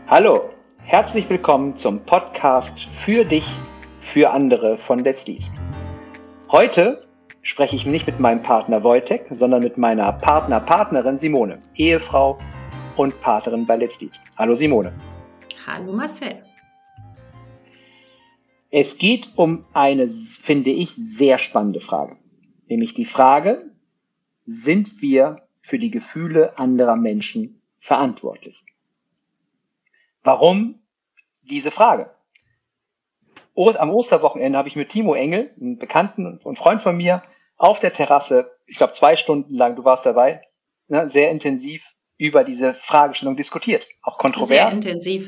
Hallo, herzlich willkommen zum Podcast für dich, für andere von Let's Lead. Heute spreche ich nicht mit meinem Partner Wojtek, sondern mit meiner Partnerin Simone, Ehefrau und Partnerin bei Let's Lead. Hallo Simone. Hallo Marcel. Es geht um eine, finde ich, sehr spannende Frage. Nämlich die Frage, sind wir für die Gefühle anderer Menschen verantwortlich? Warum diese Frage? Am Osterwochenende habe ich mit Timo Engel, einem Bekannten und Freund von mir, auf der Terrasse, ich glaube 2 Stunden lang, du warst dabei, sehr intensiv über diese Fragestellung diskutiert. Auch kontrovers. Sehr intensiv.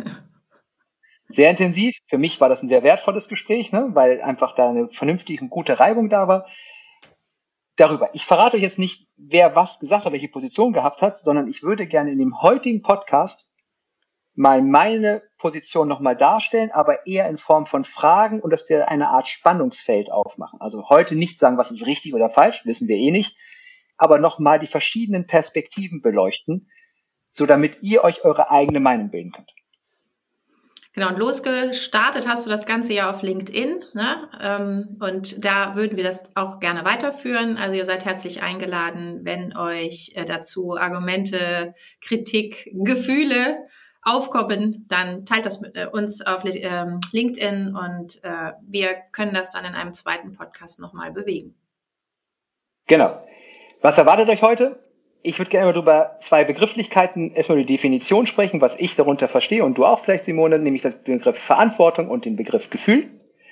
Sehr intensiv. Für mich war das ein sehr wertvolles Gespräch, weil einfach da eine vernünftige und gute Reibung da war. Darüber. Ich verrate euch jetzt nicht, wer was gesagt hat, welche Position gehabt hat, sondern ich würde gerne in dem heutigen Podcast mal meine Position nochmal darstellen, aber eher in Form von Fragen und dass wir eine Art Spannungsfeld aufmachen. Also heute nicht sagen, was ist richtig oder falsch, wissen wir eh nicht, aber nochmal die verschiedenen Perspektiven beleuchten, so damit ihr euch eure eigene Meinung bilden könnt. Genau, und losgestartet hast du das Ganze ja auf LinkedIn, ne? Und da würden wir das auch gerne weiterführen. Also ihr seid herzlich eingeladen, wenn euch dazu Argumente, Kritik, Gefühle aufkommen, dann teilt das mit uns auf LinkedIn und wir können das dann in einem zweiten Podcast nochmal bewegen. Genau. Was erwartet euch heute? Ich würde gerne mal über 2 Begrifflichkeiten, erstmal die Definition sprechen, was ich darunter verstehe und du auch vielleicht, Simone, nämlich den Begriff Verantwortung und den Begriff Gefühl.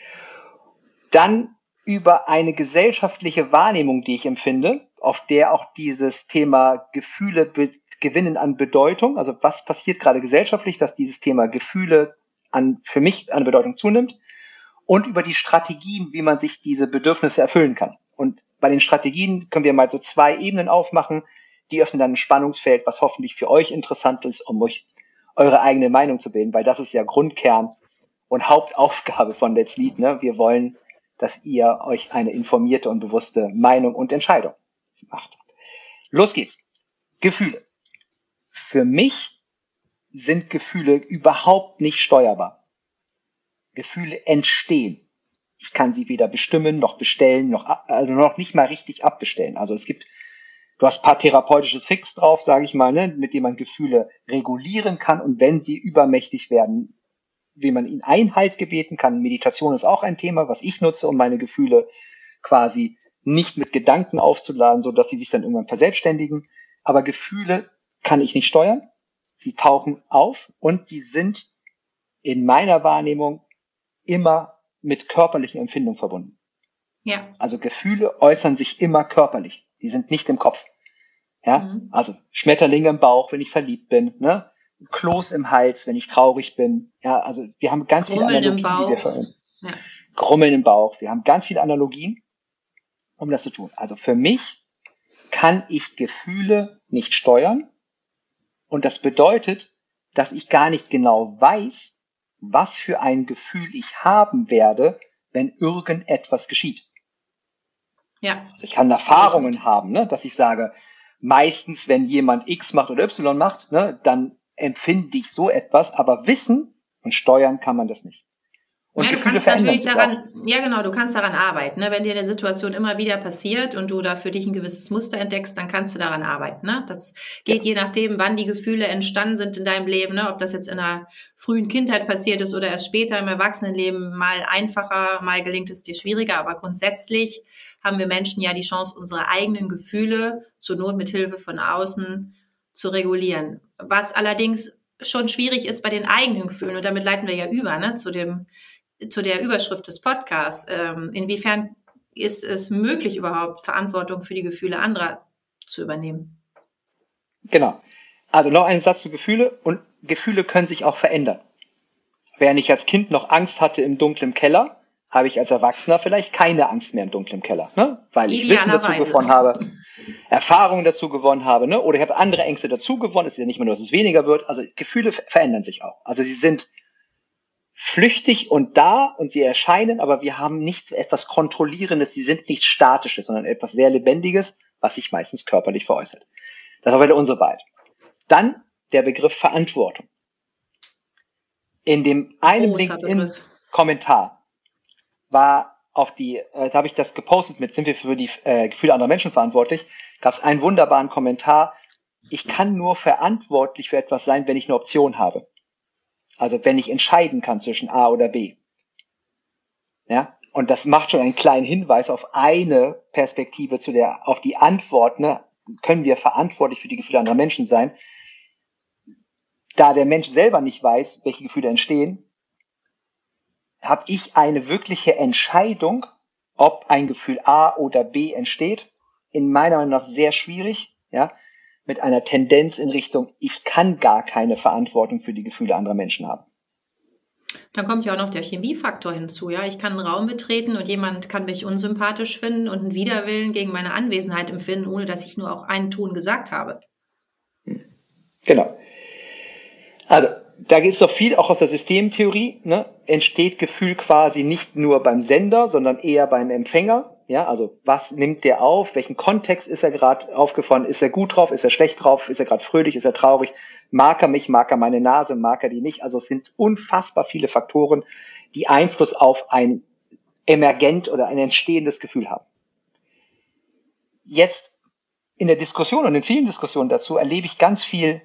Dann über eine gesellschaftliche Wahrnehmung, die ich empfinde, auf der auch dieses Thema Gefühle gewinnen an Bedeutung, also was passiert gerade gesellschaftlich, dass dieses Thema Gefühle für mich an Bedeutung zunimmt, und über die Strategien, wie man sich diese Bedürfnisse erfüllen kann. Und bei den Strategien können wir mal so 2 Ebenen aufmachen, die öffnen dann ein Spannungsfeld, was hoffentlich für euch interessant ist, um euch eure eigene Meinung zu bilden, weil das ist ja Grundkern und Hauptaufgabe von Let's Lead. Wir wollen, dass ihr euch eine informierte und bewusste Meinung und Entscheidung macht. Los geht's. Gefühle. Für mich sind Gefühle überhaupt nicht steuerbar. Gefühle entstehen. Ich kann sie weder bestimmen, noch bestellen, noch nicht mal richtig abbestellen. Also du hast ein paar therapeutische Tricks drauf, sage ich mal, mit denen man Gefühle regulieren kann und wenn sie übermächtig werden, wie man ihnen Einhalt gebeten kann. Meditation ist auch ein Thema, was ich nutze, um meine Gefühle quasi nicht mit Gedanken aufzuladen, sodass sie sich dann irgendwann verselbstständigen. Aber Gefühle kann ich nicht steuern. Sie tauchen auf und sie sind in meiner Wahrnehmung immer mit körperlichen Empfindungen verbunden. Ja. Also Gefühle äußern sich immer körperlich. Die sind nicht im Kopf. Ja, Also Schmetterlinge im Bauch, wenn ich verliebt bin, Kloß im Hals, wenn ich traurig bin. Ja, also wir haben ganz viele Analogien, die wir verwenden. Ja. Grummeln im Bauch. Wir haben ganz viele Analogien, um das zu tun. Also für mich kann ich Gefühle nicht steuern. Und das bedeutet, dass ich gar nicht genau weiß, was für ein Gefühl ich haben werde, wenn irgendetwas geschieht. Ja. Also ich kann Erfahrungen haben, dass ich sage, meistens, wenn jemand X macht oder Y macht, dann empfinde ich so etwas, aber wissen und steuern kann man das nicht. Und ja, Gefühle verändern sich auch. Ja, genau, du kannst daran arbeiten. Wenn dir eine Situation immer wieder passiert und du da für dich ein gewisses Muster entdeckst, dann kannst du daran arbeiten. Das geht je nachdem, wann die Gefühle entstanden sind in deinem Leben, ob das jetzt in einer frühen Kindheit passiert ist oder erst später im Erwachsenenleben, mal einfacher, mal gelingt es dir schwieriger. Aber grundsätzlich haben wir Menschen ja die Chance, unsere eigenen Gefühle zur Not mit Hilfe von außen zu regulieren. Was allerdings schon schwierig ist bei den eigenen Gefühlen, und damit leiten wir ja über, zu der Überschrift des Podcasts. Inwiefern ist es möglich, überhaupt Verantwortung für die Gefühle anderer zu übernehmen? Genau. Also noch einen Satz zu Gefühle. Und Gefühle können sich auch verändern. Während ich als Kind noch Angst hatte im dunklen Keller, habe ich als Erwachsener vielleicht keine Angst mehr im dunklen Keller, weil ich Wissen dazu gewonnen habe, Erfahrungen dazu gewonnen habe, oder ich habe andere Ängste dazu gewonnen. Es ist ja nicht mehr nur, dass es weniger wird. Also Gefühle verändern sich auch. Also sie sind flüchtig und da und sie erscheinen, aber wir haben nichts etwas Kontrollierendes, die sind nichts Statisches, sondern etwas sehr Lebendiges, was sich meistens körperlich veräußert. Das war wieder unsere Wahrheit. Dann der Begriff Verantwortung. In dem einen LinkedIn-Kommentar war da habe ich das gepostet sind wir für die Gefühle anderer Menschen verantwortlich, gab es einen wunderbaren Kommentar: Ich kann nur verantwortlich für etwas sein, wenn ich eine Option habe. Also wenn ich entscheiden kann zwischen A oder B. Ja, und das macht schon einen kleinen Hinweis auf eine Perspektive auf die Antwort, ne? Können wir verantwortlich für die Gefühle anderer Menschen sein? Da der Mensch selber nicht weiß, welche Gefühle entstehen, habe ich eine wirkliche Entscheidung, ob ein Gefühl A oder B entsteht, in meiner Meinung nach sehr schwierig, ja, mit einer Tendenz in Richtung, ich kann gar keine Verantwortung für die Gefühle anderer Menschen haben. Dann kommt ja auch noch der Chemiefaktor hinzu, ja. Ich kann einen Raum betreten und jemand kann mich unsympathisch finden und einen Widerwillen gegen meine Anwesenheit empfinden, ohne dass ich nur auch einen Ton gesagt habe. Genau. Also, da geht es doch viel auch aus der Systemtheorie, ne? Entsteht Gefühl quasi nicht nur beim Sender, sondern eher beim Empfänger. Ja, also was nimmt der auf? Welchen Kontext ist er gerade aufgefahren? Ist er gut drauf? Ist er schlecht drauf? Ist er gerade fröhlich? Ist er traurig? Mag er mich? Mag er meine Nase? Mag er die nicht? Also es sind unfassbar viele Faktoren, die Einfluss auf ein emergent oder ein entstehendes Gefühl haben. Jetzt in der Diskussion und in vielen Diskussionen dazu erlebe ich ganz viel: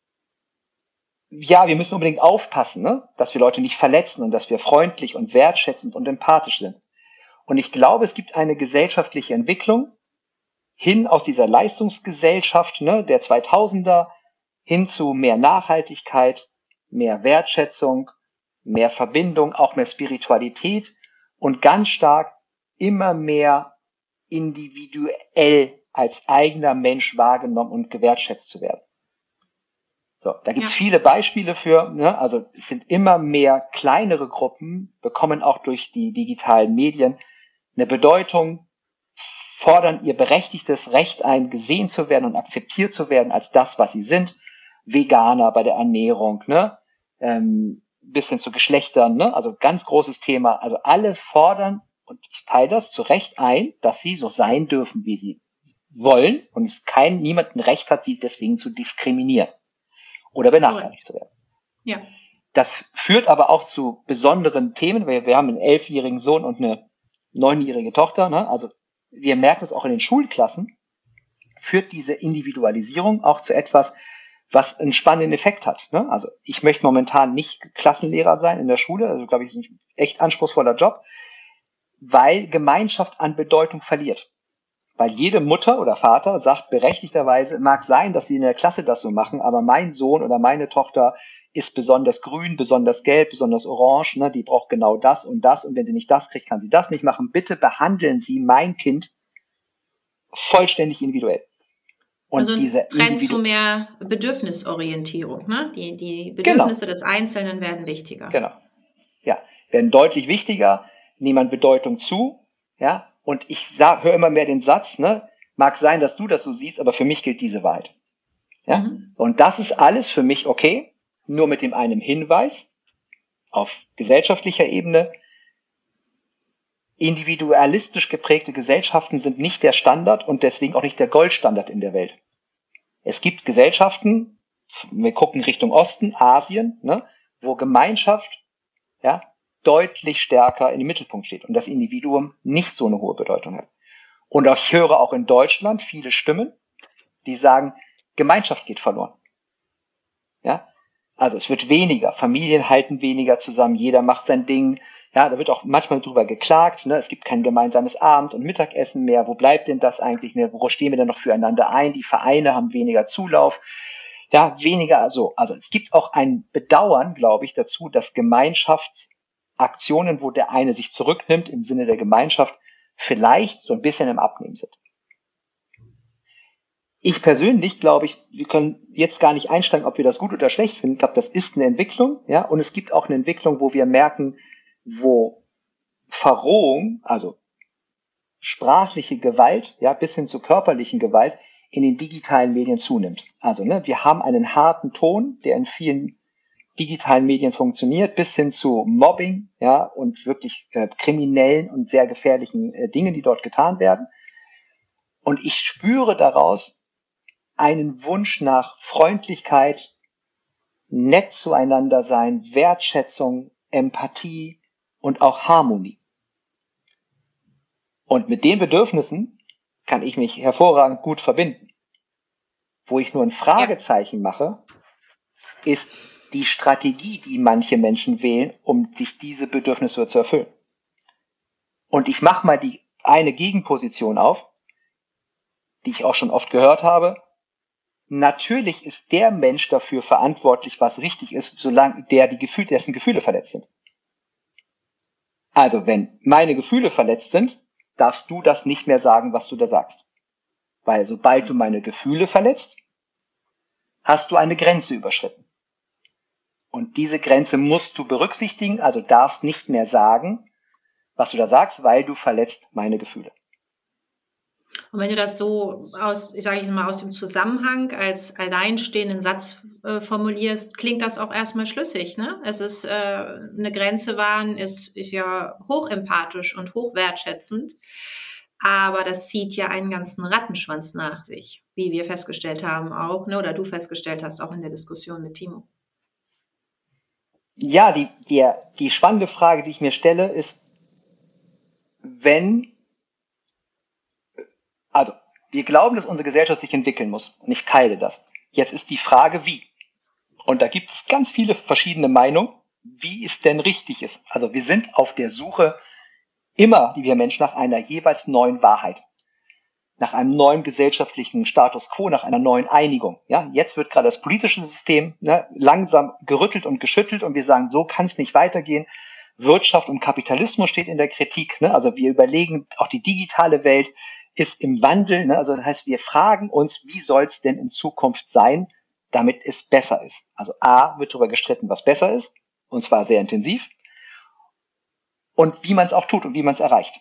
Ja, wir müssen unbedingt aufpassen, ne? Dass wir Leute nicht verletzen und dass wir freundlich und wertschätzend und empathisch sind. Und ich glaube, es gibt eine gesellschaftliche Entwicklung hin aus dieser Leistungsgesellschaft, ne, der 2000er hin zu mehr Nachhaltigkeit, mehr Wertschätzung, mehr Verbindung, auch mehr Spiritualität und ganz stark immer mehr individuell als eigener Mensch wahrgenommen und gewertschätzt zu werden. So, da gibt's viele Beispiele für, ne? Also es sind immer mehr kleinere Gruppen, bekommen auch durch die digitalen Medien eine Bedeutung, fordern ihr berechtigtes Recht ein, gesehen zu werden und akzeptiert zu werden als das, was sie sind. Veganer bei der Ernährung, ne? Bis hin zu Geschlechtern, ne? Also ganz großes Thema. Also alle fordern, und ich teile das zu Recht ein, dass sie so sein dürfen, wie sie wollen und es niemand ein Recht hat, sie deswegen zu diskriminieren oder benachteiligt zu werden. Ja. Das führt aber auch zu besonderen Themen, weil wir haben einen 11-jährigen Sohn und eine 9-jährige Tochter, ne? Also wir merken es auch in den Schulklassen, führt diese Individualisierung auch zu etwas, was einen spannenden Effekt hat, ne? Also ich möchte momentan nicht Klassenlehrer sein in der Schule, also glaube ich, ist ein echt anspruchsvoller Job, weil Gemeinschaft an Bedeutung verliert. Weil jede Mutter oder Vater sagt berechtigterweise, mag sein, dass sie in der Klasse das so machen, aber mein Sohn oder meine Tochter ist besonders grün, besonders gelb, besonders orange, ne? Die braucht genau das und wenn sie nicht das kriegt, kann sie das nicht machen. Bitte behandeln Sie mein Kind vollständig individuell. Und also ein Trend zu mehr Bedürfnisorientierung, ne? Die Bedürfnisse des Einzelnen werden wichtiger. Genau. Ja, werden deutlich wichtiger, nehmen Bedeutung zu, ja? Und ich höre immer mehr den Satz, ne? Mag sein, dass du das so siehst, aber für mich gilt diese Wahrheit. Ja? Und das ist alles für mich okay, nur mit dem einen Hinweis auf gesellschaftlicher Ebene: Individualistisch geprägte Gesellschaften sind nicht der Standard und deswegen auch nicht der Goldstandard in der Welt. Es gibt Gesellschaften, wir gucken Richtung Osten, Asien, ne, wo Gemeinschaft deutlich stärker im Mittelpunkt steht und das Individuum nicht so eine hohe Bedeutung hat. Und ich höre auch in Deutschland viele Stimmen, die sagen, Gemeinschaft geht verloren. Ja, also es wird weniger, Familien halten weniger zusammen, jeder macht sein Ding. Ja, da wird auch manchmal drüber geklagt, ne? Es gibt kein gemeinsames Abend- und Mittagessen mehr. Wo bleibt denn das eigentlich? Ne? Wo stehen wir denn noch füreinander ein? Die Vereine haben weniger Zulauf. Ja, weniger so. Also es gibt auch ein Bedauern, glaube ich, dazu, dass Gemeinschaftsaktionen, wo der eine sich zurücknimmt im Sinne der Gemeinschaft, vielleicht so ein bisschen im Abnehmen sind. Ich persönlich glaube, wir können jetzt gar nicht einsteigen, ob wir das gut oder schlecht finden. Ich glaube, das ist eine Entwicklung, ja, und es gibt auch eine Entwicklung, wo wir merken, wo Verrohung, also sprachliche Gewalt, ja, bis hin zu körperlichen Gewalt in den digitalen Medien zunimmt. Also, ne, wir haben einen harten Ton, der in vielen digitalen Medien funktioniert, bis hin zu Mobbing, ja, und wirklich kriminellen und sehr gefährlichen Dingen, die dort getan werden. Und ich spüre daraus einen Wunsch nach Freundlichkeit, nett zueinander sein, Wertschätzung, Empathie und auch Harmonie. Und mit den Bedürfnissen kann ich mich hervorragend gut verbinden. Wo ich nur ein Fragezeichen mache, ist die Strategie, die manche Menschen wählen, um sich diese Bedürfnisse zu erfüllen. Und ich mache mal die eine Gegenposition auf, die ich auch schon oft gehört habe. Natürlich ist der Mensch dafür verantwortlich, was richtig ist, solange dessen Gefühle verletzt sind. Also wenn meine Gefühle verletzt sind, darfst du das nicht mehr sagen, was du da sagst. Weil sobald du meine Gefühle verletzt, hast du eine Grenze überschritten. Und diese Grenze musst du berücksichtigen, also darfst nicht mehr sagen, was du da sagst, weil du verletzt meine Gefühle. Und wenn du das so aus dem Zusammenhang als alleinstehenden Satz formulierst, klingt das auch erstmal schlüssig, ne? Es ist eine Grenze wahren, ist ja hochempathisch und hochwertschätzend, aber das zieht ja einen ganzen Rattenschwanz nach sich, wie wir festgestellt haben auch, ne? Oder du festgestellt hast auch in der Diskussion mit Timo. Ja, die spannende Frage, die ich mir stelle, ist, wir glauben, dass unsere Gesellschaft sich entwickeln muss. Und ich teile das. Jetzt ist die Frage, wie. Und da gibt es ganz viele verschiedene Meinungen, wie es denn richtig ist. Also wir sind auf der Suche immer, die wir Menschen, nach einer jeweils neuen Wahrheit. Nach einem neuen gesellschaftlichen Status quo, nach einer neuen Einigung. Ja, jetzt wird gerade das politische System langsam gerüttelt und geschüttelt und wir sagen, so kann es nicht weitergehen. Wirtschaft und Kapitalismus steht in der Kritik. Also wir überlegen, auch die digitale Welt ist im Wandel. Also das heißt, wir fragen uns, wie soll es denn in Zukunft sein, damit es besser ist. Also A, wird darüber gestritten, was besser ist, und zwar sehr intensiv, und wie man es auch tut und wie man es erreicht.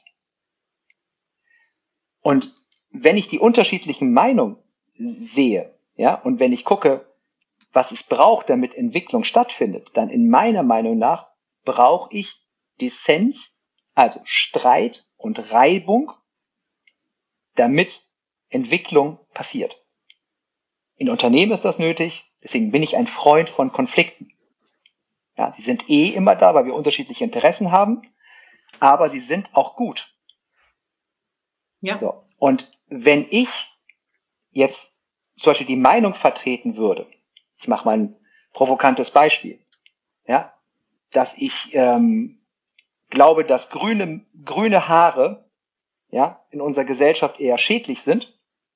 Und wenn ich die unterschiedlichen Meinungen sehe, ja, und wenn ich gucke, was es braucht, damit Entwicklung stattfindet, dann in meiner Meinung nach brauche ich Dissens, also Streit und Reibung, damit Entwicklung passiert. In Unternehmen ist das nötig, deswegen bin ich ein Freund von Konflikten. Ja, sie sind immer da, weil wir unterschiedliche Interessen haben, aber sie sind auch gut. Ja. So. Und wenn ich jetzt zum Beispiel die Meinung vertreten würde, ich mache mal ein provokantes Beispiel, ja, dass ich glaube, dass grüne Haare in unserer Gesellschaft eher schädlich sind,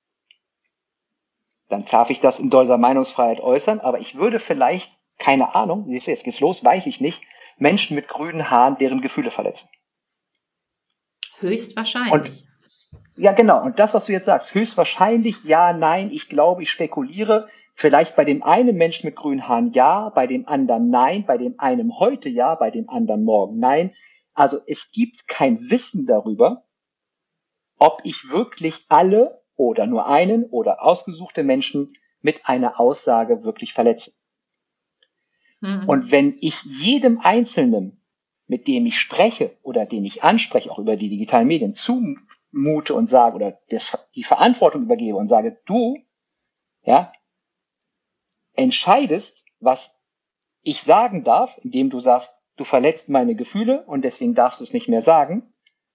dann darf ich das in dieser Meinungsfreiheit äußern, aber ich würde vielleicht, keine Ahnung, siehst du, jetzt geht's los, weiß ich nicht, Menschen mit grünen Haaren deren Gefühle verletzen. Höchstwahrscheinlich. Ja, genau. Und das, was du jetzt sagst, höchstwahrscheinlich, ja, nein, ich glaube, ich spekuliere, vielleicht bei dem einen Menschen mit grünen Haaren ja, bei dem anderen nein, bei dem einen heute ja, bei dem anderen morgen nein. Also es gibt kein Wissen darüber, ob ich wirklich alle oder nur einen oder ausgesuchte Menschen mit einer Aussage wirklich verletze. Mhm. Und wenn ich jedem Einzelnen, mit dem ich spreche oder den ich anspreche, auch über die digitalen Medien, zumute und sage oder die Verantwortung übergebe und sage, du entscheidest, was ich sagen darf, indem du sagst, du verletzt meine Gefühle und deswegen darfst du es nicht mehr sagen,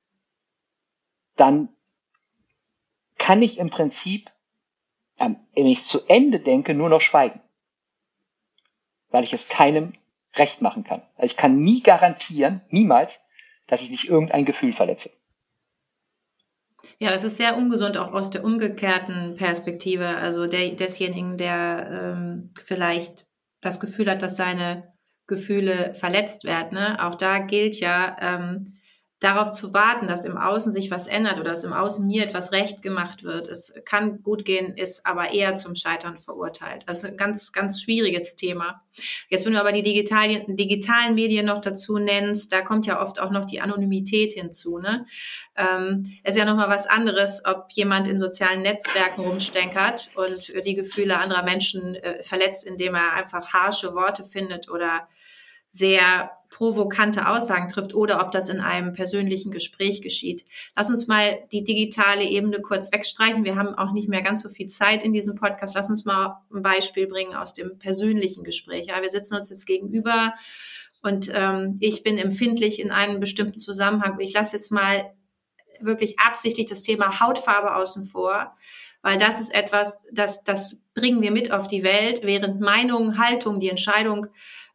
dann kann ich im Prinzip, wenn ich es zu Ende denke, nur noch schweigen. Weil ich es keinem recht machen kann. Also ich kann nie garantieren, niemals, dass ich nicht irgendein Gefühl verletze. Ja, das ist sehr ungesund, auch aus der umgekehrten Perspektive. Also desjenigen, der vielleicht das Gefühl hat, dass seine Gefühle verletzt werden. Ne? Auch da gilt ja, darauf zu warten, dass im Außen sich was ändert oder dass im Außen mir etwas recht gemacht wird. Es kann gut gehen, ist aber eher zum Scheitern verurteilt. Das ist ein ganz, ganz schwieriges Thema. Jetzt, wenn du aber die digitalen Medien noch dazu nennst, da kommt ja oft auch noch die Anonymität hinzu. Ne? Es ist ja nochmal was anderes, ob jemand in sozialen Netzwerken rumstenkert und die Gefühle anderer Menschen verletzt, indem er einfach harsche Worte findet oder sehr provokante Aussagen trifft oder ob das in einem persönlichen Gespräch geschieht. Lass uns mal die digitale Ebene kurz wegstreichen. Wir haben auch nicht mehr ganz so viel Zeit in diesem Podcast. Lass uns mal ein Beispiel bringen aus dem persönlichen Gespräch. Ja, wir sitzen uns jetzt gegenüber und ich bin empfindlich in einem bestimmten Zusammenhang. Und ich lasse jetzt mal wirklich absichtlich das Thema Hautfarbe außen vor, weil das ist etwas, das bringen wir mit auf die Welt, während Meinung, Haltung, die Entscheidung,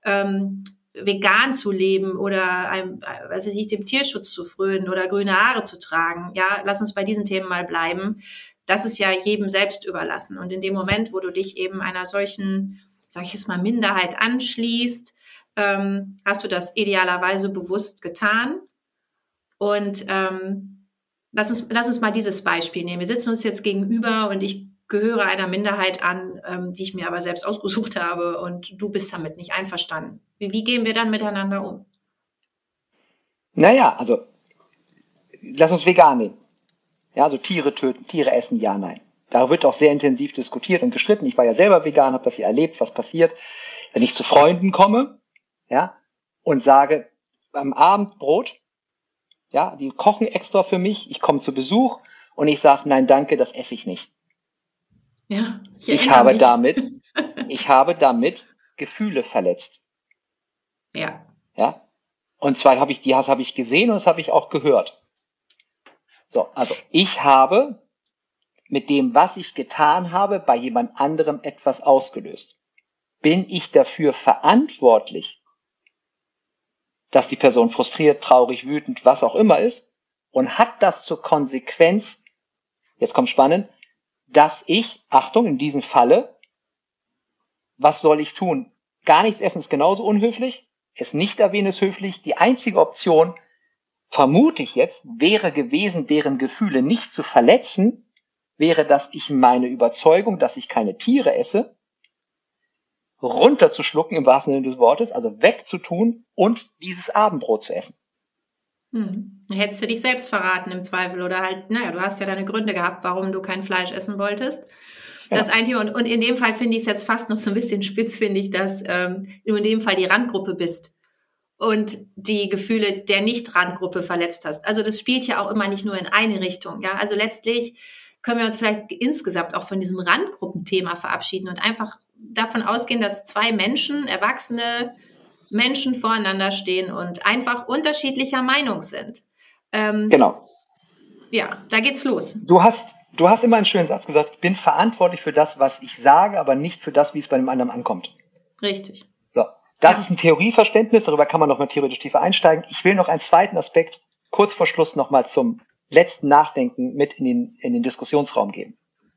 vegan zu leben oder dem Tierschutz zu frönen oder grüne Haare zu tragen. Ja, lass uns bei diesen Themen mal bleiben. Das ist ja jedem selbst überlassen. Und in dem Moment, wo du dich eben einer solchen, sage ich jetzt mal, Minderheit anschließt, hast du das idealerweise bewusst getan. Und lass uns mal dieses Beispiel nehmen. Wir sitzen uns jetzt gegenüber und ich gehöre einer Minderheit an, die ich mir aber selbst ausgesucht habe und du bist damit nicht einverstanden. Wie gehen wir dann miteinander um? Naja, also lass uns vegan nehmen. Ja, also Tiere töten, Tiere essen, ja, nein. Da wird auch sehr intensiv diskutiert und gestritten. Ich war ja selber vegan, habe das ja erlebt, was passiert, wenn ich zu Freunden komme, ja, und sage, am Abendbrot, ja, die kochen extra für mich, ich komme zu Besuch und ich sage, nein, danke, das esse ich nicht. Ja, ich habe damit Gefühle verletzt. Ja. Ja. Und zwar habe ich gesehen und das habe ich auch gehört. So, also ich habe mit dem, was ich getan habe, bei jemand anderem etwas ausgelöst. Bin ich dafür verantwortlich, dass die Person frustriert, traurig, wütend, was auch immer ist, und hat das zur Konsequenz, jetzt kommt spannend, dass ich, Achtung, in diesem Falle, was soll ich tun? Gar nichts essen ist genauso unhöflich, es nicht erwähnen ist höflich. Die einzige Option, vermute ich jetzt, wäre gewesen, deren Gefühle nicht zu verletzen, wäre, dass ich meine Überzeugung, dass ich keine Tiere esse, runterzuschlucken im wahrsten Sinne des Wortes, also wegzutun und dieses Abendbrot zu essen. Hättest du dich selbst verraten im Zweifel oder halt, naja, du hast ja deine Gründe gehabt, warum du kein Fleisch essen wolltest. Ja. Das ein Thema, und in dem Fall finde ich es jetzt fast noch so ein bisschen spitz, finde ich, dass du in dem Fall die Randgruppe bist und die Gefühle der Nicht-Randgruppe verletzt hast. Also das spielt ja auch immer nicht nur in eine Richtung. Ja, also letztlich können wir uns vielleicht insgesamt auch von diesem Randgruppenthema verabschieden und einfach davon ausgehen, dass zwei Menschen, erwachsene Menschen voreinander stehen und einfach unterschiedlicher Meinung sind. Genau. Ja, da geht's los. Du hast immer einen schönen Satz gesagt, ich bin verantwortlich für das, was ich sage, aber nicht für das, wie es bei dem anderen ankommt. Richtig. So, das ist ein Theorieverständnis, darüber kann man noch mal theoretisch tiefer einsteigen. Ich will noch einen zweiten Aspekt kurz vor Schluss noch mal zum letzten Nachdenken mit in den Diskussionsraum geben.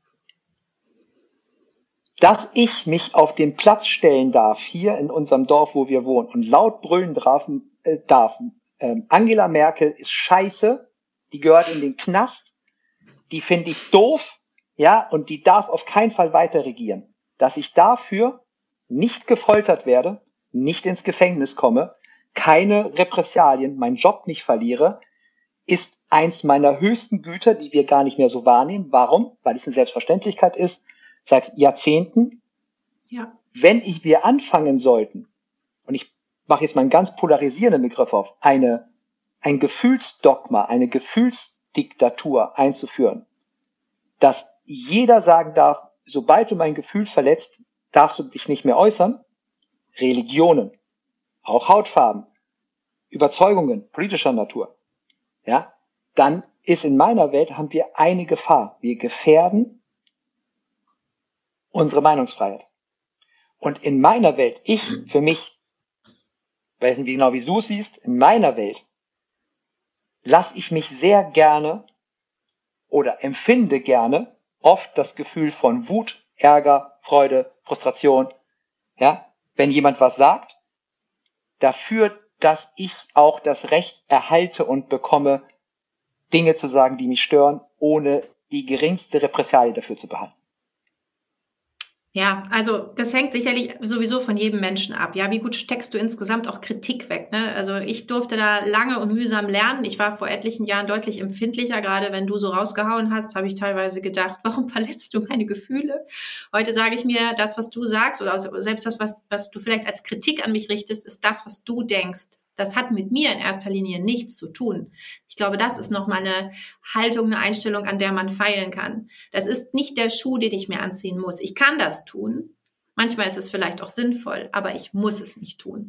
Dass ich mich auf den Platz stellen darf, hier in unserem Dorf, wo wir wohnen, und laut brüllen darf, Angela Merkel ist scheiße, die gehört in den Knast, die finde ich doof, ja, und die darf auf keinen Fall weiter regieren. Dass ich dafür nicht gefoltert werde, nicht ins Gefängnis komme, keine Repressalien, meinen Job nicht verliere, ist eins meiner höchsten Güter, die wir gar nicht mehr so wahrnehmen. Warum? Weil es eine Selbstverständlichkeit ist, seit Jahrzehnten. Ja. Wenn wir anfangen sollten, und ich mache jetzt mal einen ganz polarisierenden Begriff auf, ein Gefühlsdogma, eine Gefühlsdiktatur einzuführen, dass jeder sagen darf, sobald du mein Gefühl verletzt, darfst du dich nicht mehr äußern. Religionen, auch Hautfarben, Überzeugungen politischer Natur, ja, dann ist in meiner Welt, haben wir eine Gefahr. Wir gefährden unsere Meinungsfreiheit. Und in meiner Welt, für mich, weiß nicht genau, wie du es siehst, in meiner Welt lasse ich mich sehr gerne oder empfinde gerne oft das Gefühl von Wut, Ärger, Freude, Frustration, ja, wenn jemand was sagt, dafür, dass ich auch das Recht erhalte und bekomme, Dinge zu sagen, die mich stören, ohne die geringste Repressalie dafür zu behalten. Ja, also das hängt sicherlich sowieso von jedem Menschen ab. Ja, wie gut steckst du insgesamt auch Kritik weg? Ne? Also ich durfte da lange und mühsam lernen. Ich war vor etlichen Jahren deutlich empfindlicher. Gerade wenn du so rausgehauen hast, habe ich teilweise gedacht, warum verletzt du meine Gefühle? Heute sage ich mir, das, was du sagst oder selbst das, was du vielleicht als Kritik an mich richtest, ist das, was du denkst. Das hat mit mir in erster Linie nichts zu tun. Ich glaube, das ist nochmal eine Haltung, eine Einstellung, an der man feilen kann. Das ist nicht der Schuh, den ich mir anziehen muss. Ich kann das tun. Manchmal ist es vielleicht auch sinnvoll, aber ich muss es nicht tun.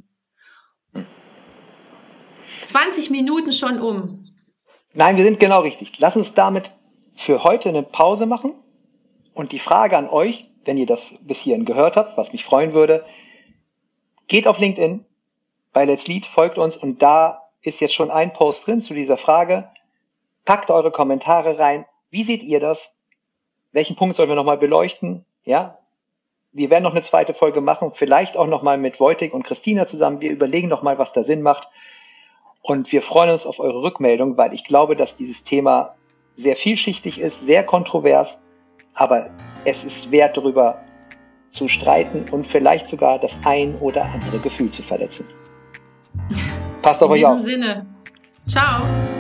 20 Minuten schon um. Nein, wir sind genau richtig. Lass uns damit für heute eine Pause machen. Und die Frage an euch, wenn ihr das bis hierhin gehört habt, was mich freuen würde, geht auf LinkedIn bei Let's Lead, folgt uns und da ist jetzt schon ein Post drin zu dieser Frage. Packt eure Kommentare rein. Wie seht ihr das? Welchen Punkt sollen wir nochmal beleuchten? Ja, wir werden noch eine zweite Folge machen, vielleicht auch nochmal mit Wojtek und Christina zusammen. Wir überlegen nochmal, was da Sinn macht. Und wir freuen uns auf eure Rückmeldung, weil ich glaube, dass dieses Thema sehr vielschichtig ist, sehr kontrovers, aber es ist wert, darüber zu streiten und vielleicht sogar das ein oder andere Gefühl zu verletzen. Passt auf euch auf. In diesem Sinne. Ciao.